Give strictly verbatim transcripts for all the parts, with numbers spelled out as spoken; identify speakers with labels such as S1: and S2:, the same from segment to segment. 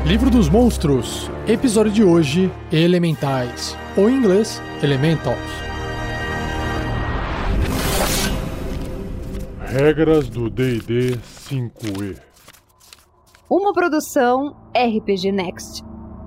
S1: Livro dos Monstros, episódio de hoje, Elementais, ou em inglês, Elementals.
S2: Regras do D e D cinco E.
S3: Uma produção R P G Next.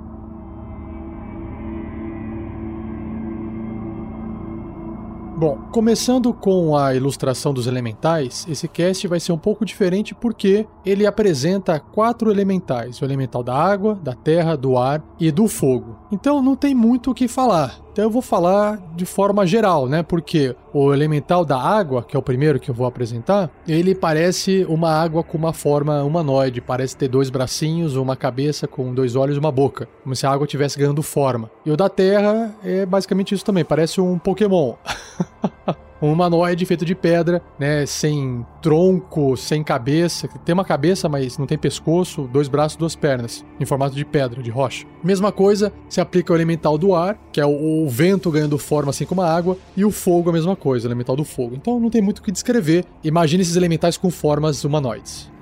S1: Bom, começando com a ilustração dos elementais, esse cast vai ser um pouco diferente porque ele apresenta quatro elementais, o elemental da água, da terra, do ar e do fogo. Então não tem muito o que falar. Então eu vou falar de forma geral, né? Porque o elemental da água, que é o primeiro que eu vou apresentar, ele parece uma água com uma forma humanoide, parece ter dois bracinhos, uma cabeça com dois olhos e uma boca, como se a água estivesse ganhando forma. E o da terra é basicamente isso também, parece um Pokémon. Um humanoide feito de pedra, né, sem tronco, sem cabeça, tem uma cabeça, mas não tem pescoço, dois braços, duas pernas, em formato de pedra, de rocha. Mesma coisa se aplica ao elemental do ar, que é o, o vento ganhando forma assim como a água, e o fogo a mesma coisa, o elemental do fogo. Então não tem muito o que descrever, imagine esses elementais com formas humanoides.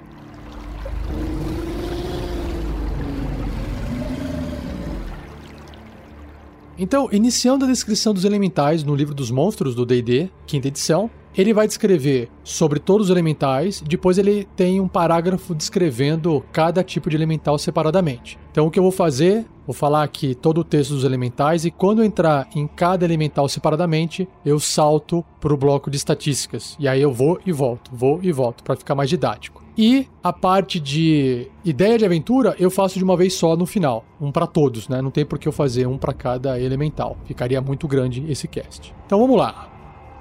S1: Então, iniciando a descrição dos elementais no Livro dos Monstros do D e D, quinta edição, ele vai descrever sobre todos os elementais, depois ele tem um parágrafo descrevendo cada tipo de elemental separadamente. Então o que eu vou fazer, vou falar aqui todo o texto dos elementais e quando eu entrar em cada elemental separadamente, eu salto para o bloco de estatísticas. E aí eu vou e volto, vou e volto, para ficar mais didático. E a parte de ideia de aventura eu faço de uma vez só no final, um para todos, né? Não tem por que eu fazer um para cada elemental, ficaria muito grande esse cast. Então vamos lá.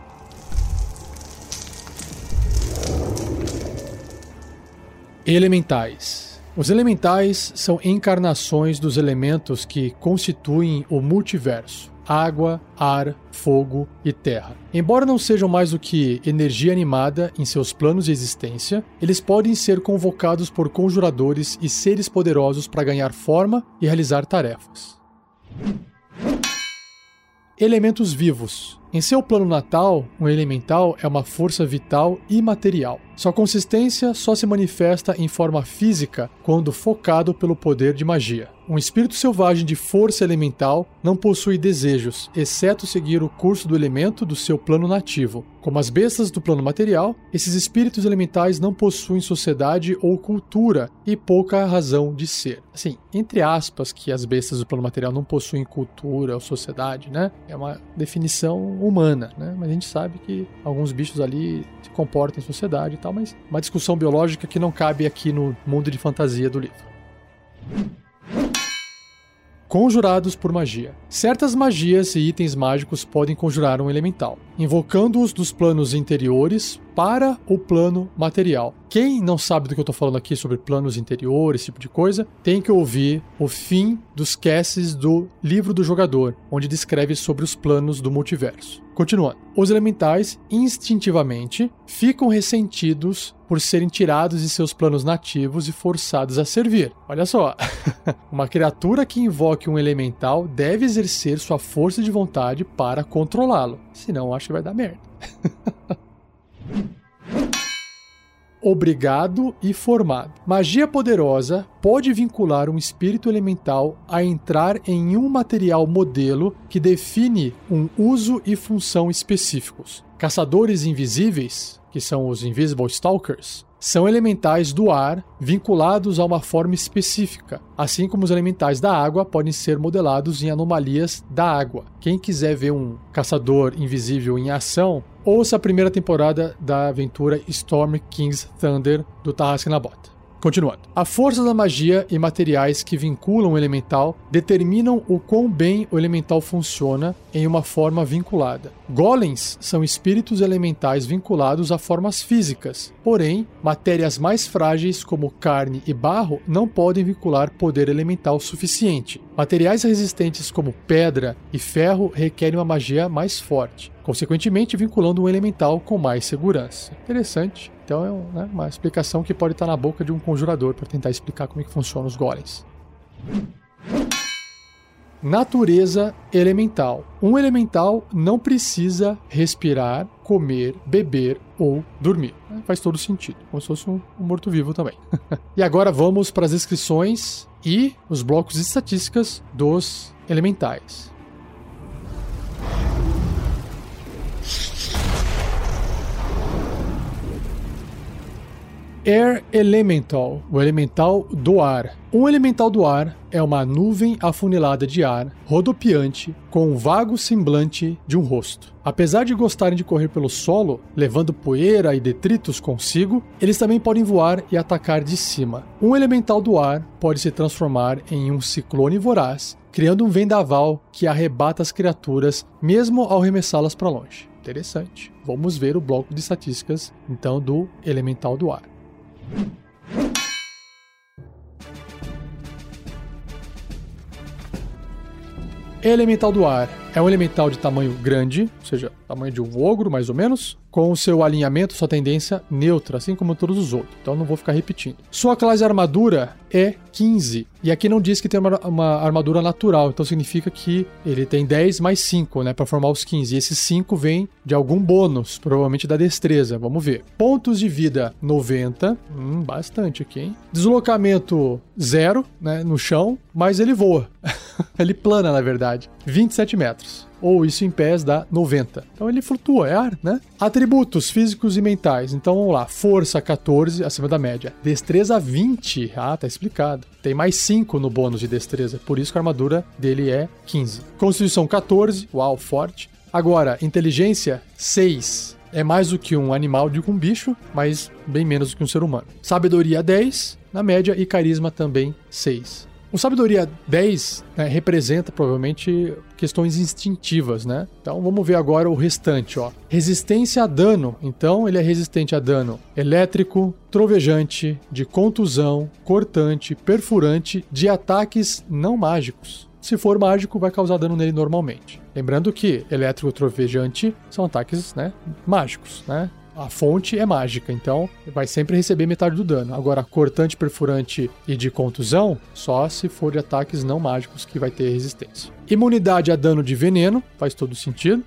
S1: Elementais. Os elementais são encarnações dos elementos que constituem o multiverso: água, ar, fogo e terra. Embora não sejam mais do que energia animada em seus planos de existência, eles podem ser convocados por conjuradores e seres poderosos para ganhar forma e realizar tarefas. Elementos vivos. Em seu plano natal, um elemental é uma força vital imaterial. Sua consistência só se manifesta em forma física quando focado pelo poder de magia. Um espírito selvagem de força elemental não possui desejos, exceto seguir o curso do elemento do seu plano nativo. Como as bestas do plano material, esses espíritos elementais não possuem sociedade ou cultura e pouca razão de ser. Assim, entre aspas, que as bestas do plano material não possuem cultura ou sociedade, né? É uma definição humana, né? Mas a gente sabe que alguns bichos ali se comportam em sociedade e tal, mas uma discussão biológica que não cabe aqui no mundo de fantasia do livro. Conjurados por magia. Certas magias e itens mágicos podem conjurar um elemental, invocando-os dos planos interiores para o plano material. Quem não sabe do que eu estou falando aqui sobre planos interiores, esse tipo de coisa, tem que ouvir o fim dos casts do Livro do Jogador, onde descreve sobre os planos do multiverso. Continuando. Os elementais, instintivamente, ficam ressentidos por serem tirados de seus planos nativos e forçados a servir. Olha só, uma criatura que invoque um elemental deve exercer sua força de vontade para controlá-lo, senão acho que vai dar merda. Obrigado e formado. Magia poderosa pode vincular um espírito elemental a entrar em um material modelo que define um uso e função específicos. Caçadores invisíveis, que são os Invisible Stalkers, são elementais do ar vinculados a uma forma específica, assim como os elementais da água podem ser modelados em anomalias da água. Quem quiser ver um caçador invisível em ação, ouça a primeira temporada da aventura Storm King's Thunder do Tarrasque na Bota. Continuando. A força da magia e materiais que vinculam o elemental determinam o quão bem o elemental funciona em uma forma vinculada. Golems são espíritos elementais vinculados a formas físicas, porém, matérias mais frágeis como carne e barro não podem vincular poder elemental suficiente. Materiais resistentes como pedra e ferro requerem uma magia mais forte, consequentemente vinculando um elemental com mais segurança. Interessante. Então é um, né, uma explicação que pode estar na boca de um conjurador para tentar explicar como é que funcionam os golems. Natureza elemental. Um elemental não precisa respirar, comer, beber ou dormir. Faz todo sentido, como se fosse um, um morto-vivo também. E agora vamos para as descrições e os blocos de estatísticas dos elementais. Air Elemental, o elemental do ar. Um elemental do ar é uma nuvem afunilada de ar, rodopiante, com um vago semblante de um rosto. Apesar de gostarem de correr pelo solo, levando poeira e detritos consigo, eles também podem voar e atacar de cima. Um elemental do ar pode se transformar em um ciclone voraz, criando um vendaval que arrebata as criaturas, mesmo ao arremessá-las para longe. Interessante. Vamos ver o bloco de estatísticas, então, do elemental do ar. Elemental do ar é um elemental de tamanho grande, ou seja, tamanho de um ogro, mais ou menos, com o seu alinhamento, sua tendência neutra, assim como todos os outros. Então não vou ficar repetindo. Sua classe de armadura é quinze. E aqui não diz que tem uma, uma armadura natural, então significa que ele tem dez mais cinco, né, para formar os quinze. E esses cinco vêm de algum bônus, provavelmente da destreza. Vamos ver. Pontos de vida, noventa. Hum, bastante aqui, hein? Deslocamento, zero, né, no chão, mas ele voa. Ele plana, na verdade. vinte e sete metros. Ou isso em pés dá noventa. Então ele flutua, é ar, né? Atributos físicos e mentais. Então vamos lá. Força quatorze, acima da média. Destreza vinte. Ah, tá explicado. Tem mais cinco no bônus de destreza. Por isso que a armadura dele é quinze. Constituição quatorze. Uau, forte. Agora, inteligência seis. É mais do que um animal, do que um bicho, mas bem menos do que um ser humano. Sabedoria dez, na média. E carisma também seis. O Sabedoria dez, né, representa provavelmente questões instintivas, né? Então vamos ver agora o restante, ó. Resistência a dano. Então ele é resistente a dano elétrico, trovejante, de contusão, cortante, perfurante, de ataques não mágicos. Se for mágico, vai causar dano nele normalmente. Lembrando que elétrico e trovejante são ataques, né, mágicos, né? A fonte é mágica, então vai sempre receber metade do dano. Agora, cortante, perfurante e de contusão, só se for de ataques não mágicos que vai ter resistência. Imunidade a dano de veneno, faz todo sentido.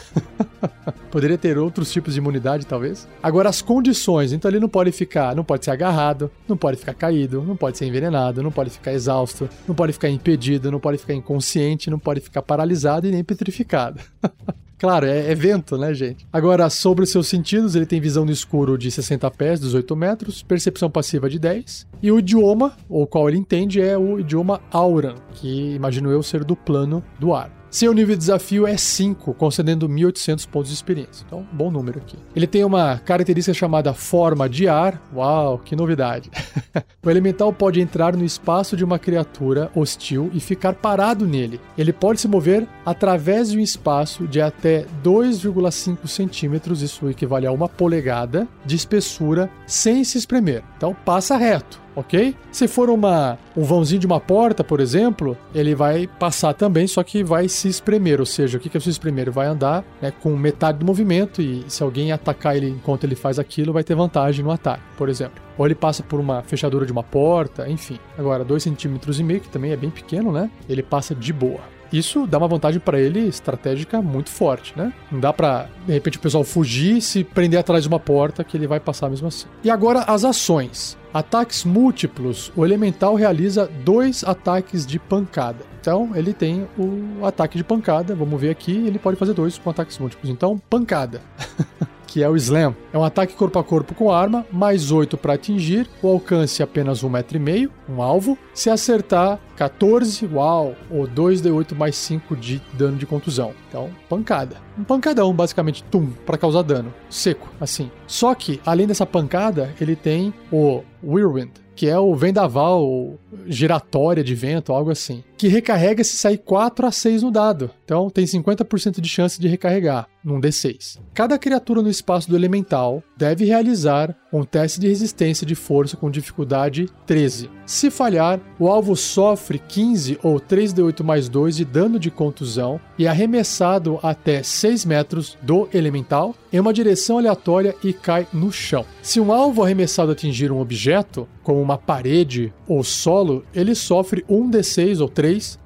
S1: Poderia ter outros tipos de imunidade, talvez. Agora, as condições. Então, ele não pode ficar, não pode ser agarrado, não pode ficar caído, não pode ser envenenado, não pode ficar exausto, não pode ficar impedido, não pode ficar inconsciente, não pode ficar paralisado e nem petrificado. Claro, é, é vento, né, gente? Agora, sobre os seus sentidos, ele tem visão no escuro de sessenta pés, dezoito metros, percepção passiva de dez, e o idioma, o qual ele entende, é o idioma Auran, que imagino eu ser do plano do ar. Seu nível de desafio é cinco, concedendo mil e oitocentos pontos de experiência. Então, bom número aqui. Ele tem uma característica chamada forma de ar. Uau, que novidade. O elemental pode entrar no espaço de uma criatura hostil e ficar parado nele. Ele pode se mover através de um espaço de até dois vírgula cinco centímetros, isso equivale a uma polegada, de espessura, sem se espremer. Então, passa reto. Ok? Se for uma, um vãozinho de uma porta, por exemplo, ele vai passar também, só que vai se espremer. Ou seja, o que é se espremer? Ele vai andar, né, com metade do movimento e se alguém atacar ele enquanto ele faz aquilo, vai ter vantagem no ataque, por exemplo. Ou ele passa por uma fechadura de uma porta, enfim. Agora, dois centímetros e meio, que também é bem pequeno, né? Ele passa de boa. Isso dá uma vantagem para ele estratégica muito forte, né? Não dá para, de repente, o pessoal fugir e se prender atrás de uma porta que ele vai passar mesmo assim. E agora as ações. Ataques múltiplos. O elemental realiza dois ataques de pancada. Então, ele tem o ataque de pancada. Vamos ver aqui. Ele pode fazer dois com ataques múltiplos. Então, pancada. Que é o Slam. É um ataque corpo a corpo com arma, mais oito para atingir, o alcance apenas um metro e meio, um alvo. Se acertar, quatorze, uau, ou dois d oito mais cinco de dano de contusão. Então, pancada. Um pancadão, basicamente, tum, para causar dano. Seco, assim. Só que, além dessa pancada, ele tem o Whirlwind, que é o vendaval giratória de vento, algo assim, que recarrega se sair quatro a seis no dado. Então tem cinquenta por cento de chance de recarregar num D seis. Cada criatura no espaço do elemental deve realizar um teste de resistência de força com dificuldade treze. Se falhar, o alvo sofre quinze ou três d oito mais dois de dano de contusão e é arremessado até seis metros do elemental em uma direção aleatória e cai no chão. Se um alvo arremessado atingir um objeto, como uma parede ou solo, ele sofre um d seis ou três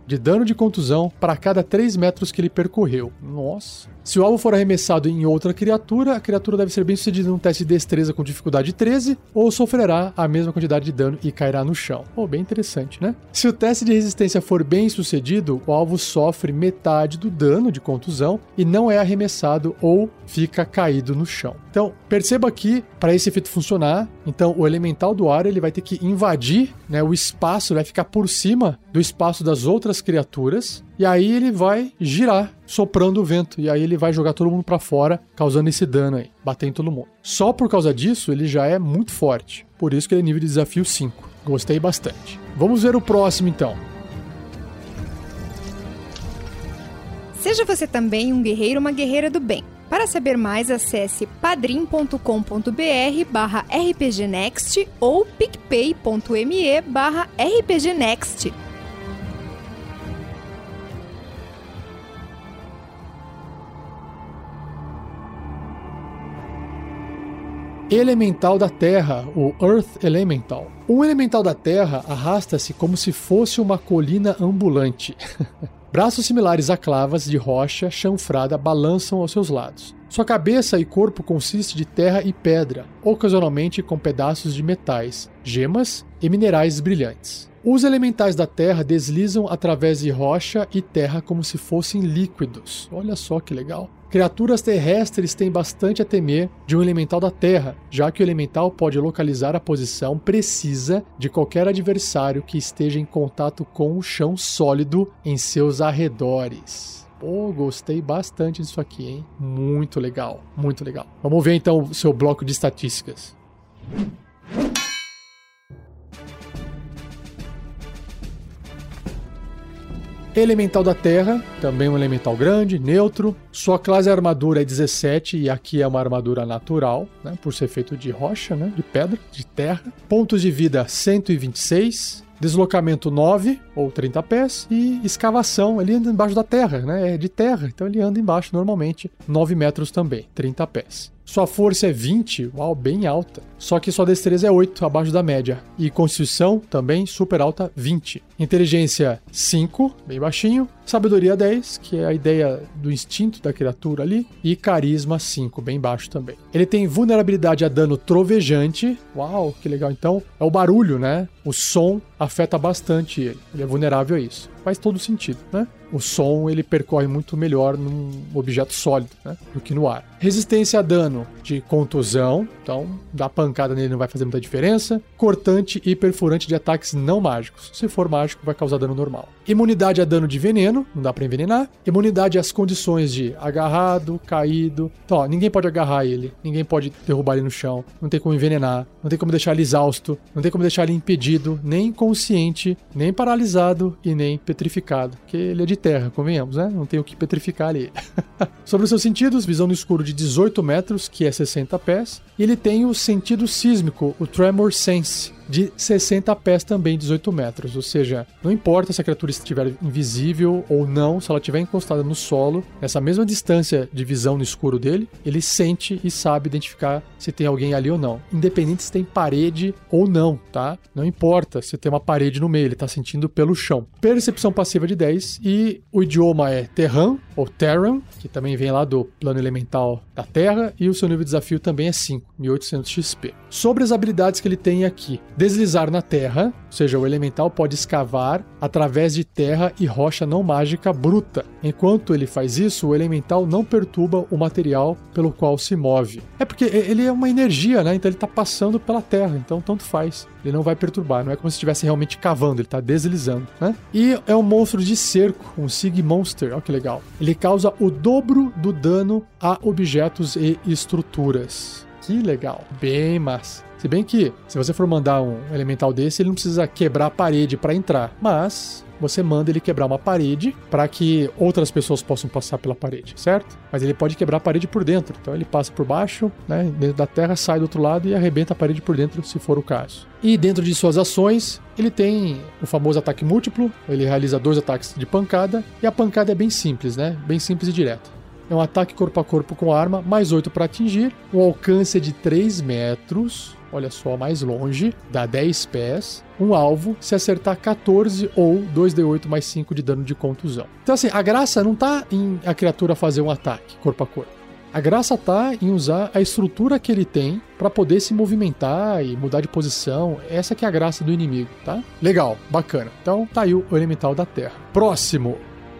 S1: de dano de contusão para cada três metros que ele percorreu. Nossa. Se o alvo for arremessado em outra criatura, a criatura deve ser bem sucedida num teste de destreza com dificuldade treze ou sofrerá a mesma quantidade de dano e cairá no chão. Oh, bem interessante, né? Se o teste de resistência for bem sucedido, o alvo sofre metade do dano de contusão e não é arremessado ou fica caído no chão. Então, perceba que, para esse efeito funcionar, então o elemental do ar ele vai ter que invadir, né, o espaço, vai ficar por cima do espaço das outras criaturas, e aí ele vai girar, soprando o vento, e aí ele vai jogar todo mundo para fora, causando esse dano aí, batendo em todo mundo. Só por causa disso, ele já é muito forte. Por isso que ele é nível de desafio cinco. Gostei bastante. Vamos ver o próximo, então.
S4: Seja você também um guerreiro ou uma guerreira do bem. Para saber mais, acesse padrim.com.br barra rpgnext ou picpay.me barra rpgnext.
S1: Elemental da Terra, o Earth Elemental. Um elemental da Terra arrasta-se como se fosse uma colina ambulante. Braços similares a clavas de rocha chanfrada balançam aos seus lados. Sua cabeça e corpo consiste de terra e pedra, ocasionalmente com pedaços de metais, gemas e minerais brilhantes. Os elementais da terra deslizam através de rocha e terra como se fossem líquidos. Olha só que legal. Criaturas terrestres têm bastante a temer de um elemental da terra, já que o elemental pode localizar a posição precisa de qualquer adversário que esteja em contato com o chão sólido em seus arredores. Pô, gostei bastante disso aqui, hein? Muito legal, muito legal. Vamos ver então o seu bloco de estatísticas. Elemental da Terra, também um elemental grande, neutro. Sua classe de armadura é dezessete e aqui é uma armadura natural, né, por ser feito de rocha, né, de pedra, de terra. Pontos de vida cento e vinte e seis. Deslocamento nove, ou trinta pés, e escavação, ele anda embaixo da terra, né? É de terra, então ele anda embaixo normalmente, nove metros também, trinta pés. Sua força é vinte, uau, bem alta. Só que sua destreza é oito, abaixo da média. E constituição, também super alta, vinte. Inteligência, cinco, bem baixinho. Sabedoria, dez, que é a ideia do instinto da criatura ali. E carisma, cinco, bem baixo também. Ele tem vulnerabilidade a dano trovejante. Uau, que legal. Então, é o barulho, né? O som afeta bastante ele. Ele é vulnerável a isso. Faz todo sentido, né? O som, ele percorre muito melhor num objeto sólido, né, do que no ar. Resistência a dano de contusão, então dar pancada nele não vai fazer muita diferença. Cortante e perfurante de ataques não mágicos. Se for mágico, vai causar dano normal. Imunidade a dano de veneno, não dá pra envenenar. Imunidade às condições de agarrado, caído. Então, ó, ninguém pode agarrar ele, ninguém pode derrubar ele no chão, não tem como envenenar, não tem como deixar ele exausto, não tem como deixar ele impedido, nem inconsciente, nem paralisado e nem petrificado, porque ele é de terra, convenhamos, né? Não tem o que petrificar ali. Sobre os seus sentidos, visão no escuro de dezoito metros, que é sessenta pés, e ele tem o sentido sísmico, o Tremor Sense, de sessenta pés também, dezoito metros. Ou seja, não importa se a criatura estiver invisível ou não, se ela estiver encostada no solo, nessa mesma distância de visão no escuro dele, ele sente e sabe identificar se tem alguém ali ou não. Independente se tem parede ou não, tá? Não importa se tem uma parede no meio, ele está sentindo pelo chão. Percepção passiva de dez e o idioma é Terran, ou Terran, que também vem lá do plano elemental da Terra, e o seu nível de desafio também é cinco, mil e oitocentos X P. Sobre as habilidades que ele tem aqui. Deslizar na terra, ou seja, o elemental pode escavar através de terra e rocha não mágica bruta. Enquanto ele faz isso, o elemental não perturba o material pelo qual se move. É porque ele é uma energia, né? Então ele está passando pela terra, então tanto faz. Ele não vai perturbar, não é como se estivesse realmente cavando, ele está deslizando, né? E é um monstro de cerco, um Sig Monster, olha que legal. Ele causa o dobro do dano a objetos e estruturas. Que legal, bem massa. Se bem que, se você for mandar um elemental desse, ele não precisa quebrar a parede para entrar, mas você manda ele quebrar uma parede para que outras pessoas possam passar pela parede, certo? Mas ele pode quebrar a parede por dentro, então ele passa por baixo, né, dentro da terra, sai do outro lado e arrebenta a parede por dentro, se for o caso. E dentro de suas ações, ele tem o famoso ataque múltiplo, ele realiza dois ataques de pancada, e a pancada é bem simples, né? Bem simples e direta. É um ataque corpo a corpo com arma, mais oito para atingir, um alcance de três metros, olha só, mais longe, dá dez pés, um alvo se acertar quatorze ou dois d oito mais cinco de dano de contusão. Então assim, a graça não tá em a criatura fazer um ataque corpo a corpo. A graça tá em usar a estrutura que ele tem para poder se movimentar e mudar de posição. Essa que é a graça do inimigo, tá? Legal, bacana. Então tá aí o elemental da terra. Próximo.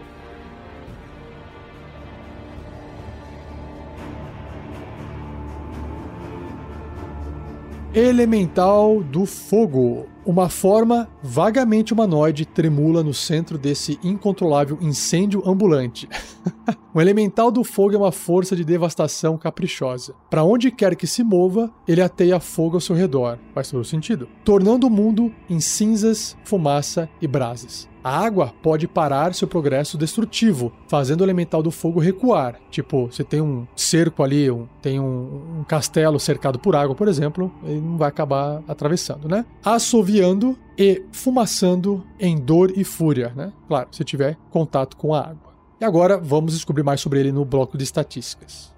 S1: Elemental do fogo. Uma forma vagamente humanoide tremula no centro desse incontrolável incêndio ambulante. O elemental do fogo é uma força de devastação caprichosa. Para onde quer que se mova, ele ateia fogo ao seu redor. Faz todo sentido. Tornando o mundo em cinzas, fumaça e brasas. A água pode parar seu progresso destrutivo, fazendo o elemental do fogo recuar. Tipo, você tem um cerco ali, um, tem um, um castelo cercado por água, por exemplo, ele não vai acabar atravessando, né? Assoviando e fumaçando em dor e fúria, né? Claro, se tiver contato com a água. E agora vamos descobrir mais sobre ele no bloco de estatísticas.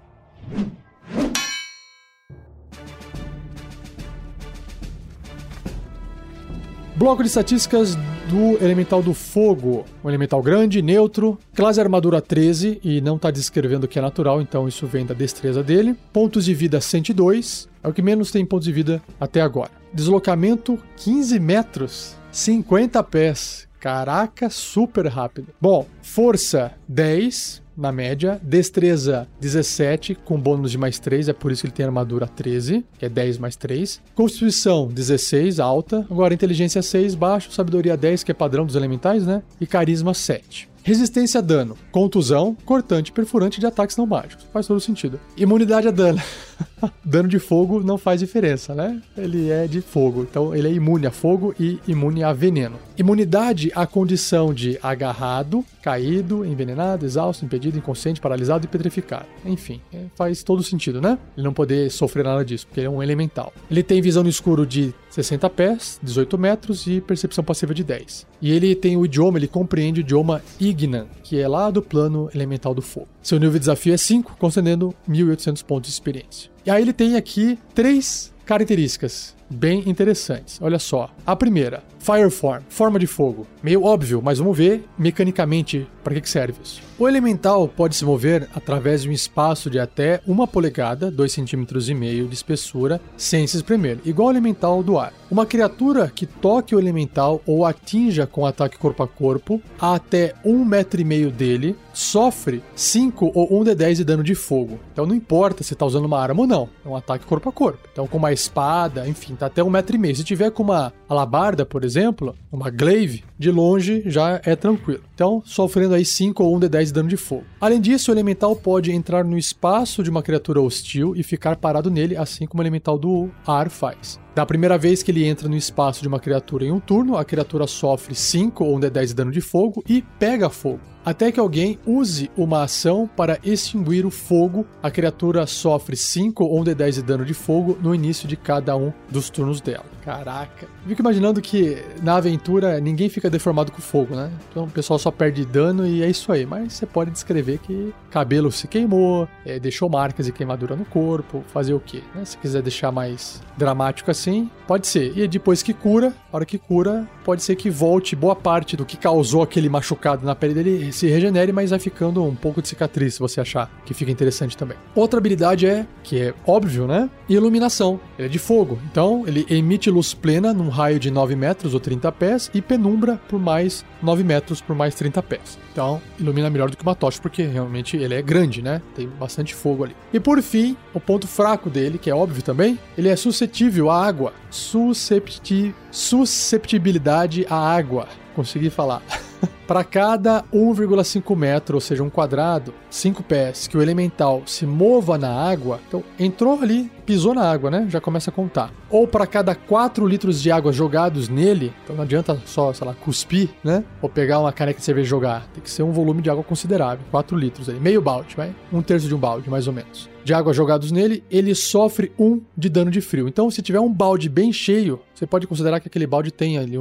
S1: Bloco de estatísticas do elemental do fogo. Um elemental grande, neutro, classe armadura treze, e não está descrevendo que é natural, então isso vem da destreza dele. Pontos de vida cento e dois, é o que menos tem pontos de vida até agora. Deslocamento quinze metros, cinquenta pés. Caraca, super rápido. Bom, força dez na média, destreza dezessete com bônus de mais três, é por isso que ele tem armadura treze, que é dez mais três. Constituição dezesseis, alta. Agora inteligência seis, baixo, sabedoria dez, que é padrão dos elementais, né? E carisma sete. Resistência a dano, contusão, cortante, perfurante de ataques não mágicos. Faz todo sentido. Imunidade a dano. Dano de fogo não faz diferença, né? Ele é de fogo, então ele é imune a fogo e imune a veneno. Imunidade à condição de agarrado, caído, envenenado, exausto, impedido, inconsciente, paralisado e petrificado. Enfim, faz todo sentido, né? Ele não poder sofrer nada disso, porque ele é um elemental. Ele tem visão no escuro de sessenta pés, dezoito metros e percepção passiva de dez. E ele tem o idioma, ele compreende o idioma Ignan, que é lá do plano elemental do fogo. Seu nível de desafio é cinco, concedendo mil e oitocentos pontos de experiência. E aí ele tem aqui três características bem interessantes. Olha só. A primeira, Fireform, forma de fogo. Meio óbvio, mas vamos ver mecanicamente para que, que serve isso. O elemental pode se mover através de um espaço de até uma polegada, dois vírgula cinco centímetros de espessura, sem se espremer, igual ao elemental do ar. Uma criatura que toque o elemental ou atinja com ataque corpo a corpo a até um metro e meio dele, sofre cinco ou um d dez de dano de fogo. Então não importa se está usando uma arma ou não, é um ataque corpo a corpo. Então com uma espada, enfim, tá até um metro e meio. Se tiver com uma alabarda, por exemplo, uma glaive, de longe já é tranquilo. Então, sofrendo aí cinco ou um d dez de dano de fogo. Além disso, o elemental pode entrar no espaço de uma criatura hostil e ficar parado nele, assim como o elemental do ar faz. Da primeira vez que ele entra no espaço de uma criatura em um turno, a criatura sofre cinco ou um d dez de dano de fogo e pega fogo. Até que alguém use uma ação para extinguir o fogo, a criatura sofre cinco ou um d dez de dano de fogo no início de cada um dos turnos dela. Caraca. Eu fico imaginando que na aventura ninguém fica deformado com fogo, né? Então o pessoal só perde dano e é isso aí. Mas você pode descrever que cabelo se queimou, é, deixou marcas de queimadura no corpo, fazer o quê? Né? Se quiser deixar mais dramático assim, pode ser. E depois que cura, a hora que cura, pode ser que volte boa parte do que causou aquele machucado na pele dele, se regenere, mas vai ficando um pouco de cicatriz, se você achar que fica interessante também. Outra habilidade é, que é óbvio, né? Iluminação. Ele é de fogo, então ele emite luz plena num raio de nove metros ou trinta pés e penumbra por mais nove metros por mais trinta pés. Então, ilumina melhor do que uma tocha, porque realmente ele é grande, né? Tem bastante fogo ali. E por fim, o ponto fraco dele, que é óbvio também, ele é suscetível à água. Suscepti... Susceptibilidade à água. Consegui falar. Para cada um vírgula cinco metro, ou seja, um quadrado, cinco pés, que o elemental se mova na água, então entrou ali, pisou na água, né? Já começa a contar. Ou para cada quatro litros de água jogados nele, então não adianta só, sei lá, cuspir, né? Ou pegar uma caneca de cerveja e jogar. Tem que ser um volume de água considerável, quatro litros aí, meio balde, vai? Um terço de um balde, mais ou menos. De água jogados nele, ele sofre um de dano de frio. Então, se tiver um balde bem cheio, você pode considerar que aquele balde tem ali uns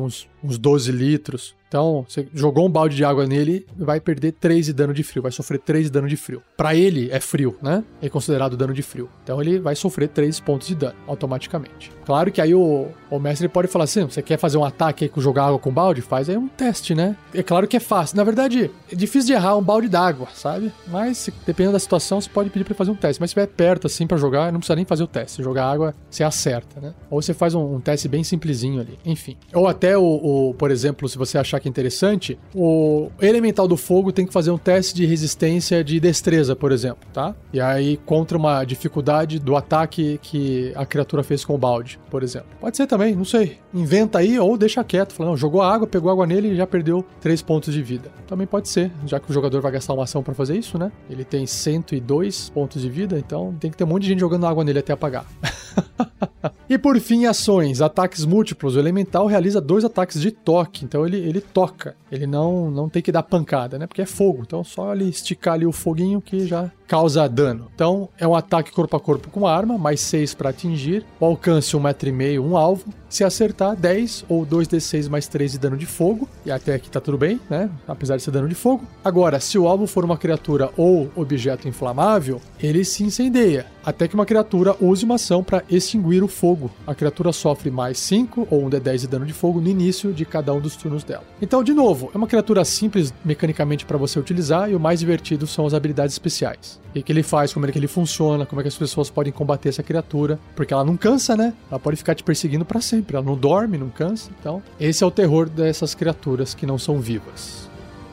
S1: uns doze litros. Então, você jogou um balde de água nele, vai perder três de dano de frio, vai sofrer três de dano de frio. Pra ele, é frio, né? É considerado dano de frio. Então, ele vai sofrer três pontos de dano, automaticamente. Claro que aí o, o mestre pode falar assim, você quer fazer um ataque aí com jogar água com balde? Faz aí um teste, né? É claro que é fácil. Na verdade, é difícil de errar um balde d'água, sabe? Mas, se, dependendo da situação, você pode pedir pra ele fazer um teste. Mas se estiver perto, assim, pra jogar, não precisa nem fazer o teste. Se jogar água, você acerta, né? Ou você faz um, um teste bem simplesinho ali. Enfim. Ou até, o, o, por exemplo, se você achar que é interessante, o elemental do fogo tem que fazer um teste de resistência de destreza, por exemplo, tá? E aí, contra uma dificuldade do ataque que a criatura fez com o balde, por exemplo. Pode ser também, não sei. Inventa aí ou deixa quieto. Fala, não, jogou água, pegou água nele e já perdeu três pontos de vida. Também pode ser, já que o jogador vai gastar uma ação pra fazer isso, né? Ele tem cento e dois pontos de vida, então tem que ter um monte de gente jogando água nele até apagar. E por fim, ações. Ataques múltiplos. O elemental realiza dois ataques de toque. Então ele, ele toca. Ele não, não tem que dar pancada, né? Porque é fogo. Então só ele esticar ali o foguinho que já causa dano. Então é um ataque corpo a corpo com arma, mais seis para atingir. O alcance um metro e meio, um alvo. Se acertar, dez ou dois d seis mais três de dano de fogo. E até aqui tá tudo bem, né? Apesar de ser dano de fogo. Agora, se o alvo for uma criatura ou objeto inflamável, ele se incendeia. Até que uma criatura use uma ação para extinguir o fogo. A criatura sofre mais cinco ou um d dez de dano de fogo no início de cada um dos turnos dela. Então, de novo, é uma criatura simples mecanicamente para você utilizar e o mais divertido são as habilidades especiais. O que ele faz, como é que ele funciona, como é que as pessoas podem combater essa criatura, porque ela não cansa, né? Ela pode ficar te perseguindo para sempre, ela não dorme, não cansa. Então, esse é o terror dessas criaturas que não são vivas.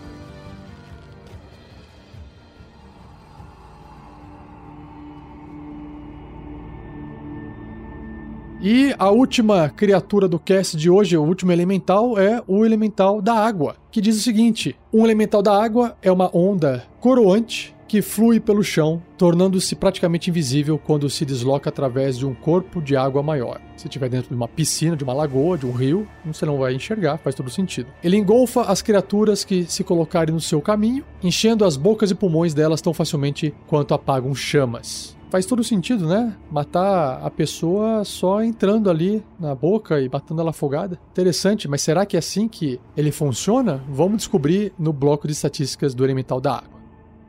S1: E a última criatura do cast de hoje, o último elemental, é o elemental da água, que diz o seguinte: um elemental da água é uma onda coroante que flui pelo chão, tornando-se praticamente invisível quando se desloca através de um corpo de água maior. Se estiver dentro de uma piscina, de uma lagoa, de um rio, você não vai enxergar, faz todo sentido. Ele engolfa as criaturas que se colocarem no seu caminho, enchendo as bocas e pulmões delas tão facilmente quanto apagam chamas. Faz todo sentido, né? Matar a pessoa só entrando ali na boca e batendo ela afogada. Interessante, mas será que é assim que ele funciona? Vamos descobrir no bloco de estatísticas do elemental da água.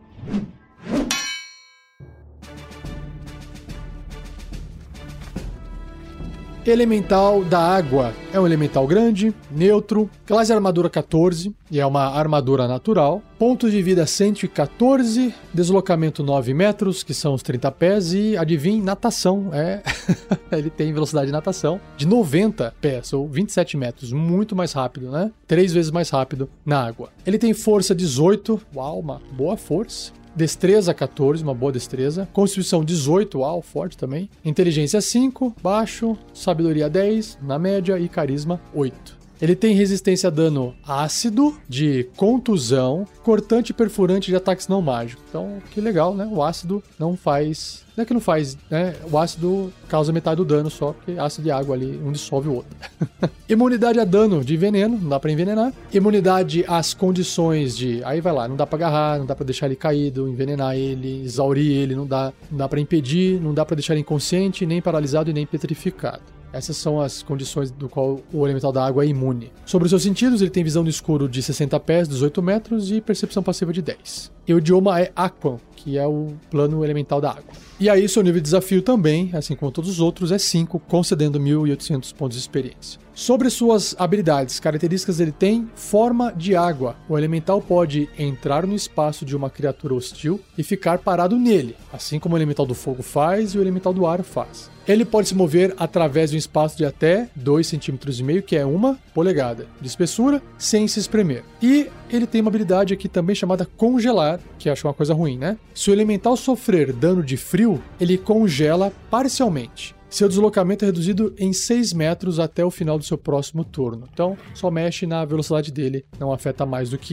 S1: Elemental da água é um elemental grande, neutro, classe armadura catorze e é uma armadura natural, pontos de vida cento e catorze, deslocamento nove metros, que são os trinta pés, e adivinhe, natação, é ele tem velocidade de natação de noventa pés, ou vinte e sete metros, muito mais rápido, né? Três vezes mais rápido na água. Ele tem força dezoito, uau, uma boa força. Destreza catorze, uma boa destreza. Constituição dezoito, uau, forte também. Inteligência cinco, baixo. Sabedoria dez, na média. E carisma oito. Ele tem resistência a dano ácido, de contusão, cortante e perfurante de ataques não mágicos. Então, que legal, né? O ácido não faz... Não é que não faz, né? O ácido causa metade do dano só, porque ácido de água ali, um dissolve o outro. Imunidade a dano de veneno, não dá pra envenenar. Imunidade às condições de... Aí vai lá, não dá pra agarrar, não dá pra deixar ele caído, envenenar ele, exaurir ele, não dá, não dá pra impedir, não dá pra deixar ele inconsciente, nem paralisado e nem petrificado. Essas são as condições do qual o elemental da água é imune. Sobre os seus sentidos, ele tem visão no escuro de sessenta pés, dezoito metros e percepção passiva de dez. E o idioma é Aquan, que é o plano elemental da água. E aí, seu nível de desafio também, assim como todos os outros, é cinco, concedendo mil e oitocentos pontos de experiência. Sobre suas habilidades, características, ele tem forma de água. O elemental pode entrar no espaço de uma criatura hostil e ficar parado nele, assim como o elemental do fogo faz e o elemental do ar faz. Ele pode se mover através de um espaço de até dois centímetros e meio, que é uma polegada de espessura, sem se espremer. E ele tem uma habilidade aqui também chamada congelar, que acho uma coisa ruim, né? Se o elemental sofrer dano de frio, ele congela parcialmente. Seu deslocamento é reduzido em seis metros até o final do seu próximo turno. Então, só mexe na velocidade dele, não afeta mais do que isso.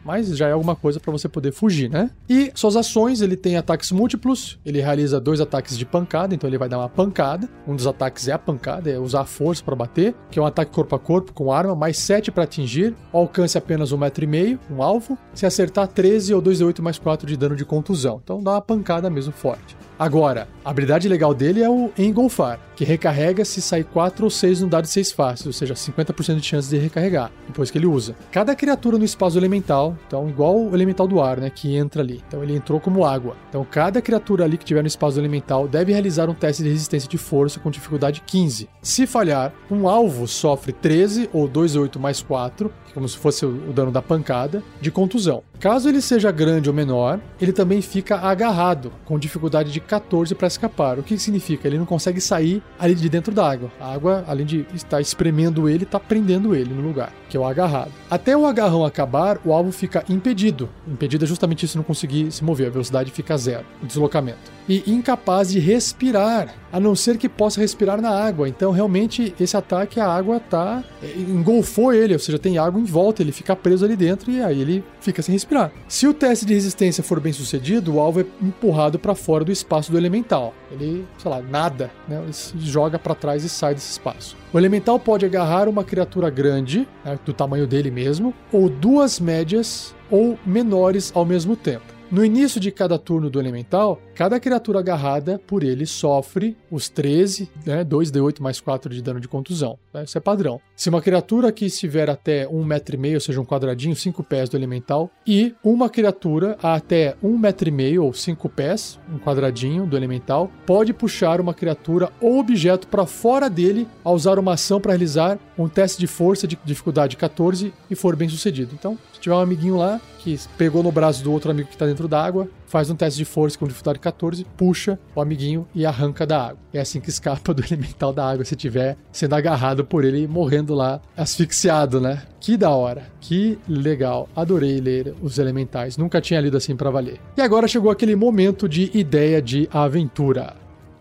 S1: mas já é alguma coisa para você poder fugir, né? E suas ações, ele tem ataques múltiplos, ele realiza dois ataques de pancada, então ele vai dar uma pancada. Um dos ataques é a pancada, é usar a força para bater, que é um ataque corpo a corpo com arma, mais sete para atingir, alcance apenas um metro e meio, um alvo, se acertar treze ou dois D oito mais quatro de dano de contusão. Então dá uma pancada mesmo forte. Agora, a habilidade legal dele é o engolfar, que recarrega se sair quatro ou seis no dado de seis faces, ou seja, cinquenta por cento de chance de recarregar, depois que ele usa. Cada criatura no espaço elemental, então igual o elemental do ar, né, que entra ali. Então ele entrou como água. Então cada criatura ali que tiver no espaço elemental deve realizar um teste de resistência de força com dificuldade quinze. Se falhar, um alvo sofre treze ou dois D oito mais quatro, como se fosse o dano da pancada, de contusão. Caso ele seja grande ou menor, ele também fica agarrado, com dificuldade de catorze para escapar. O que significa? Ele não consegue sair ali de dentro da água. A água, além de estar espremendo ele, está prendendo ele no lugar, que é o agarrado. Até o agarrão acabar, o alvo fica impedido. Impedido é justamente isso, não conseguir se mover. A velocidade fica zero, o deslocamento. E incapaz de respirar, a não ser que possa respirar na água. Então, realmente, esse ataque, a água tá engolfou ele, ou seja, tem água em volta, ele fica preso ali dentro e aí ele fica sem respirar. Se o teste de resistência for bem sucedido, o alvo é empurrado para fora do espaço do elemental. Ele, sei lá, nada, né? Ele se joga para trás e sai desse espaço. O elemental pode agarrar uma criatura grande, né, do tamanho dele mesmo, ou duas médias ou menores ao mesmo tempo. No início de cada turno do elemental, cada criatura agarrada por ele sofre os treze, né, dois D oito mais quatro de dano de contusão. Né, isso é padrão. Se uma criatura que estiver até um metro e meio, ou seja, um quadradinho, cinco pés do elemental, e uma criatura a até um metro e meio ou cinco pés, um quadradinho do elemental, pode puxar uma criatura ou objeto para fora dele ao usar uma ação para realizar um teste de força de dificuldade catorze e for bem sucedido. Então, se tiver um amiguinho lá que pegou no braço do outro amigo que está dentro da água, faz um teste de força com dificuldade catorze, puxa o amiguinho e arranca da água. É assim que escapa do elemental da água se estiver sendo agarrado por ele e morrendo lá asfixiado, né? Que da hora, que legal. Adorei ler os elementais, nunca tinha lido assim pra valer. E agora chegou aquele momento de ideia de aventura.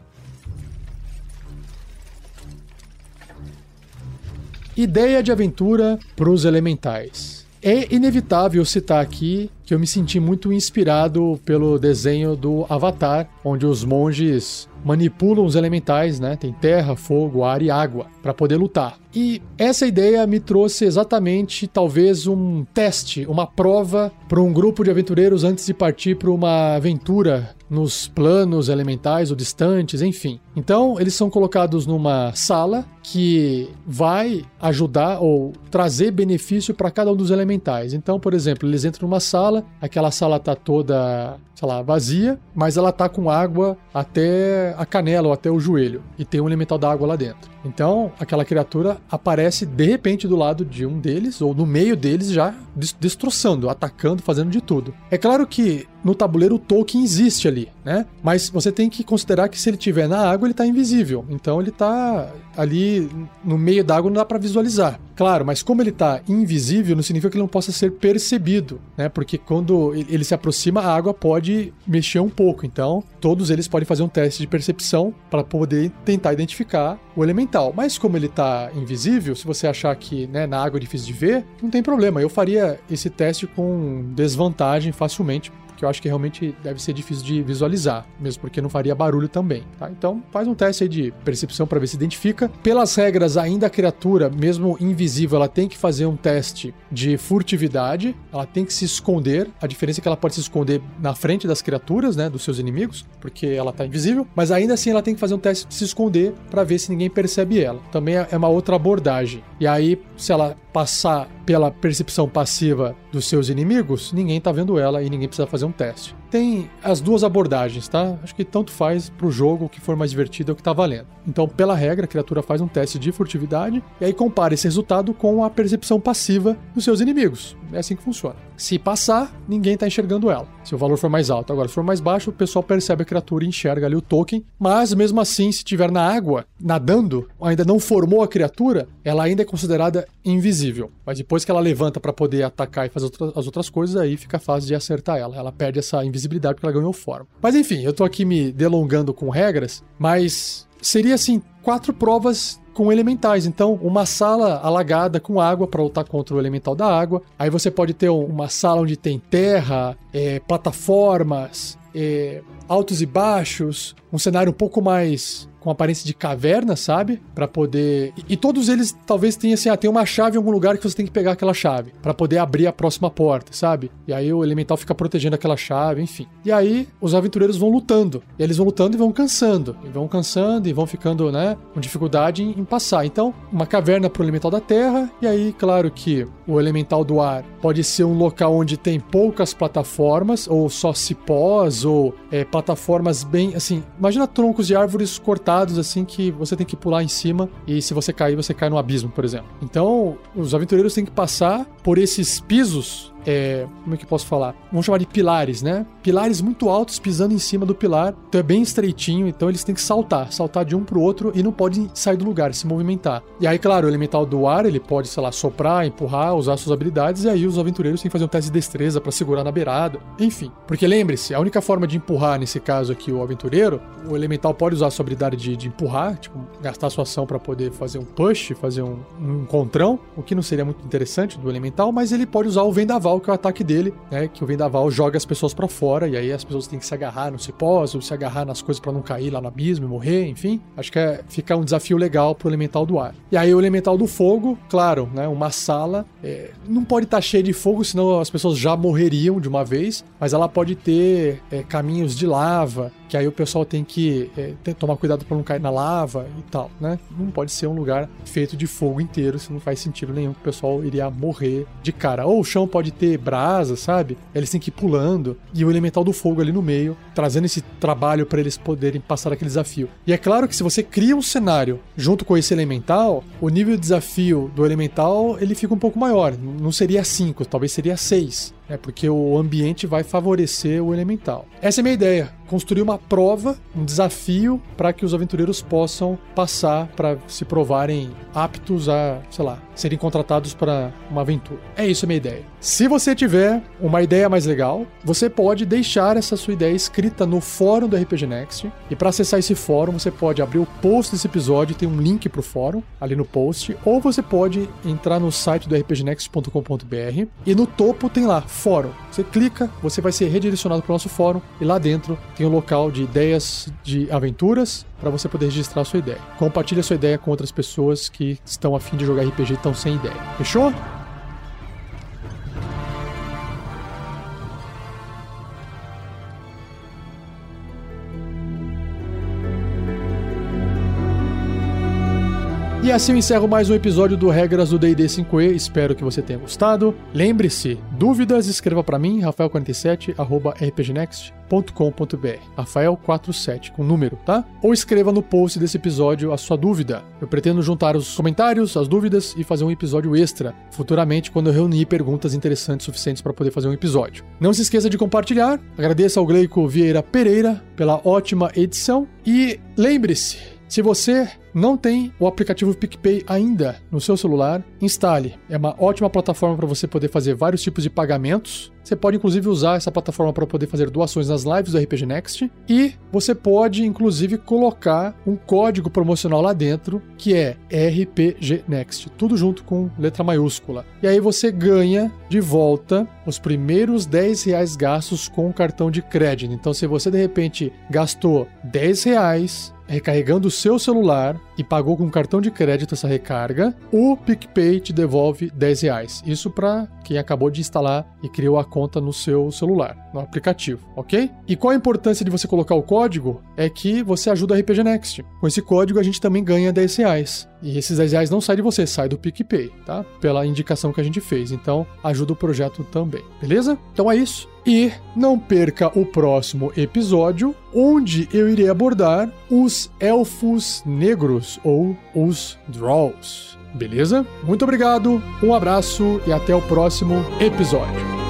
S1: Ideia de aventura pros elementais. É inevitável citar aqui que eu me senti muito inspirado pelo desenho do Avatar, onde os monges manipulam os elementais, né? Tem terra, fogo, ar e água para poder lutar. E essa ideia me trouxe exatamente, talvez, um teste, uma prova para um grupo de aventureiros antes de partir para uma aventura nos planos elementais ou distantes, enfim. Então, eles são colocados numa sala que vai ajudar ou trazer benefício para cada um dos elementais. Então, por exemplo, eles entram numa sala, aquela sala tá toda, sei lá, vazia, mas ela tá com água até a canela ou até o joelho, e tem um elemental da água lá dentro. Então, aquela criatura aparece de repente do lado de um deles, ou no meio deles, já destroçando, atacando, fazendo de tudo. É claro que no tabuleiro o token existe ali, né? Mas você tem que considerar que se ele estiver na água, ele está invisível. Então ele está ali no meio da água, não dá para visualizar. Claro, mas como ele está invisível, não significa que ele não possa ser percebido, né? Porque quando ele se aproxima, a água pode mexer um pouco. Então, todos eles podem fazer um teste de percepção para poder tentar identificar o elemental. Mas como ele está invisível, se você achar que, né, na água é difícil de ver, não tem problema. Eu faria esse teste com desvantagem facilmente, que eu acho que realmente deve ser difícil de visualizar, mesmo porque não faria barulho também, tá? Então faz um teste aí de percepção para ver se identifica. Pelas regras, ainda a criatura, mesmo invisível, ela tem que fazer um teste de furtividade, ela tem que se esconder. A diferença é que ela pode se esconder na frente das criaturas, né, dos seus inimigos, porque ela tá invisível, mas ainda assim ela tem que fazer um teste de se esconder para ver se ninguém percebe ela. Também é uma outra abordagem. E aí, se ela passar pela percepção passiva dos seus inimigos, ninguém tá vendo ela e ninguém precisa fazer um teste. Tem as duas abordagens, tá? Acho que tanto faz pro jogo, o que for mais divertido é o que tá valendo. Então, pela regra, a criatura faz um teste de furtividade e aí compara esse resultado com a percepção passiva dos seus inimigos. É assim que funciona. Se passar, ninguém tá enxergando ela, se o valor for mais alto. Agora, se for mais baixo, o pessoal percebe a criatura e enxerga ali o token, mas mesmo assim, se estiver na água, nadando, ainda não formou a criatura, ela ainda é considerada invisível. Mas depois que ela levanta para poder atacar e fazer as outras coisas, aí fica fácil de acertar ela. Ela perde essa invisibilidade porque ela ganhou forma. Mas enfim, eu tô aqui me delongando com regras, mas seria assim, quatro provas com elementais. Então, uma sala alagada com água para lutar contra o elemental da água. Aí você pode ter uma sala onde tem terra, é, plataformas, é, altos e baixos, um cenário um pouco mais com aparência de caverna, sabe? Pra poder... E, e todos eles talvez tenham assim, ah, tem uma chave em algum lugar que você tem que pegar aquela chave pra poder abrir a próxima porta, sabe? E aí o elemental fica protegendo aquela chave, enfim. E aí os aventureiros vão lutando. E eles vão lutando e vão cansando. E vão cansando e vão ficando, né, com dificuldade em, em passar. Então, uma caverna pro elemental da terra. E aí, claro que o elemental do ar pode ser um local onde tem poucas plataformas, ou só cipós, ou é, plataformas bem, assim... Imagina troncos de árvores cortados assim que você tem que pular em cima e se você cair, você cai no abismo, por exemplo. Então, os aventureiros têm que passar por esses pisos, é, como é que eu posso falar? Vamos chamar de pilares, né? Pilares muito altos pisando em cima do pilar, então é bem estreitinho, então eles têm que saltar, saltar de um pro outro e não podem sair do lugar, se movimentar. E aí, claro, o elemental do ar, ele pode, sei lá, soprar, empurrar, usar suas habilidades, e aí os aventureiros têm que fazer um teste de destreza pra segurar na beirada, enfim. Porque lembre-se, a única forma de empurrar, nesse caso aqui, o aventureiro, o elemental pode usar a sua habilidade de, de empurrar, tipo, gastar sua ação pra poder fazer um push, fazer um, um encontrão, o que não seria muito interessante do elemental, mas ele pode usar o vendaval, que é o ataque dele, né, que o vendaval joga as pessoas pra fora, e aí as pessoas têm que se agarrar no cipós, ou se agarrar nas coisas pra não cair lá no abismo e morrer, enfim. Acho que é, fica um desafio legal pro elemental do ar. E aí o elemental do fogo, claro, né, uma sala, é, não pode estar cheia de fogo, senão as pessoas já morreriam de uma vez, mas ela pode ter é, caminhos de lava, que aí o pessoal tem que é, ter, tomar cuidado pra não cair na lava e tal, né? Não pode ser um lugar feito de fogo inteiro, isso não faz sentido nenhum, que o pessoal iria morrer de cara. Ou o chão pode ter brasa, sabe? Eles têm que ir pulando, e o elemental do fogo ali no meio, trazendo esse trabalho pra eles poderem passar aquele desafio. E é claro que se você cria um cenário junto com esse elemental, o nível de desafio do elemental, ele fica um pouco maior. Não seria cinco, talvez seria seis. É porque o ambiente vai favorecer o elemental. Essa é a minha ideia. Construir uma prova, um desafio para que os aventureiros possam passar, para se provarem aptos a, sei lá, serem contratados para uma aventura. É isso a minha ideia. Se você tiver uma ideia mais legal, você pode deixar essa sua ideia escrita no fórum do R P G Next. E para acessar esse fórum, você pode abrir o post desse episódio, tem um link para o fórum ali no post, ou você pode entrar no site do r p g next ponto com ponto b r e no topo tem lá fórum. Você clica, você vai ser redirecionado para o nosso fórum e lá dentro tem um local de ideias de aventuras para você poder registrar a sua ideia. Compartilhe a sua ideia com outras pessoas que estão a fim de jogar R P G e estão sem ideia. Fechou? E assim eu encerro mais um episódio do Regras do D e D cinco E. Espero que você tenha gostado. Lembre-se, dúvidas, escreva para mim, rafael quarenta e sete, arroba r p g next ponto com ponto b r. Rafael quarenta e sete, com número, tá? Ou escreva no post desse episódio a sua dúvida. Eu pretendo juntar os comentários, as dúvidas e fazer um episódio extra futuramente, quando eu reunir perguntas interessantes suficientes para poder fazer um episódio. Não se esqueça de compartilhar. Agradeço ao Gleico Vieira Pereira pela ótima edição. E lembre-se, se você não tem o aplicativo PicPay ainda no seu celular, instale. É uma ótima plataforma para você poder fazer vários tipos de pagamentos. Você pode inclusive usar essa plataforma para poder fazer doações nas lives do R P G Next. E você pode inclusive colocar um código promocional lá dentro, que é R P G Next. Tudo junto com letra maiúscula. E aí você ganha de volta os primeiros dez reais gastos com o cartão de crédito. Então se você de repente gastou dez reais recarregando o seu celular e pagou com cartão de crédito essa recarga, o PicPay te devolve dez reais. Isso para quem acabou de instalar e criou a conta no seu celular, no aplicativo, ok? E qual a importância de você colocar o código? É que você ajuda a R P G Next. Com esse código a gente também ganha dez reais. E esses dez reais não saem de você, sai do PicPay, tá? Pela indicação que a gente fez. Então, ajuda o projeto também, beleza? Então é isso. E não perca o próximo episódio, onde eu irei abordar os elfos negros, ou os Drolls. Beleza? Muito obrigado, um abraço e até o próximo episódio.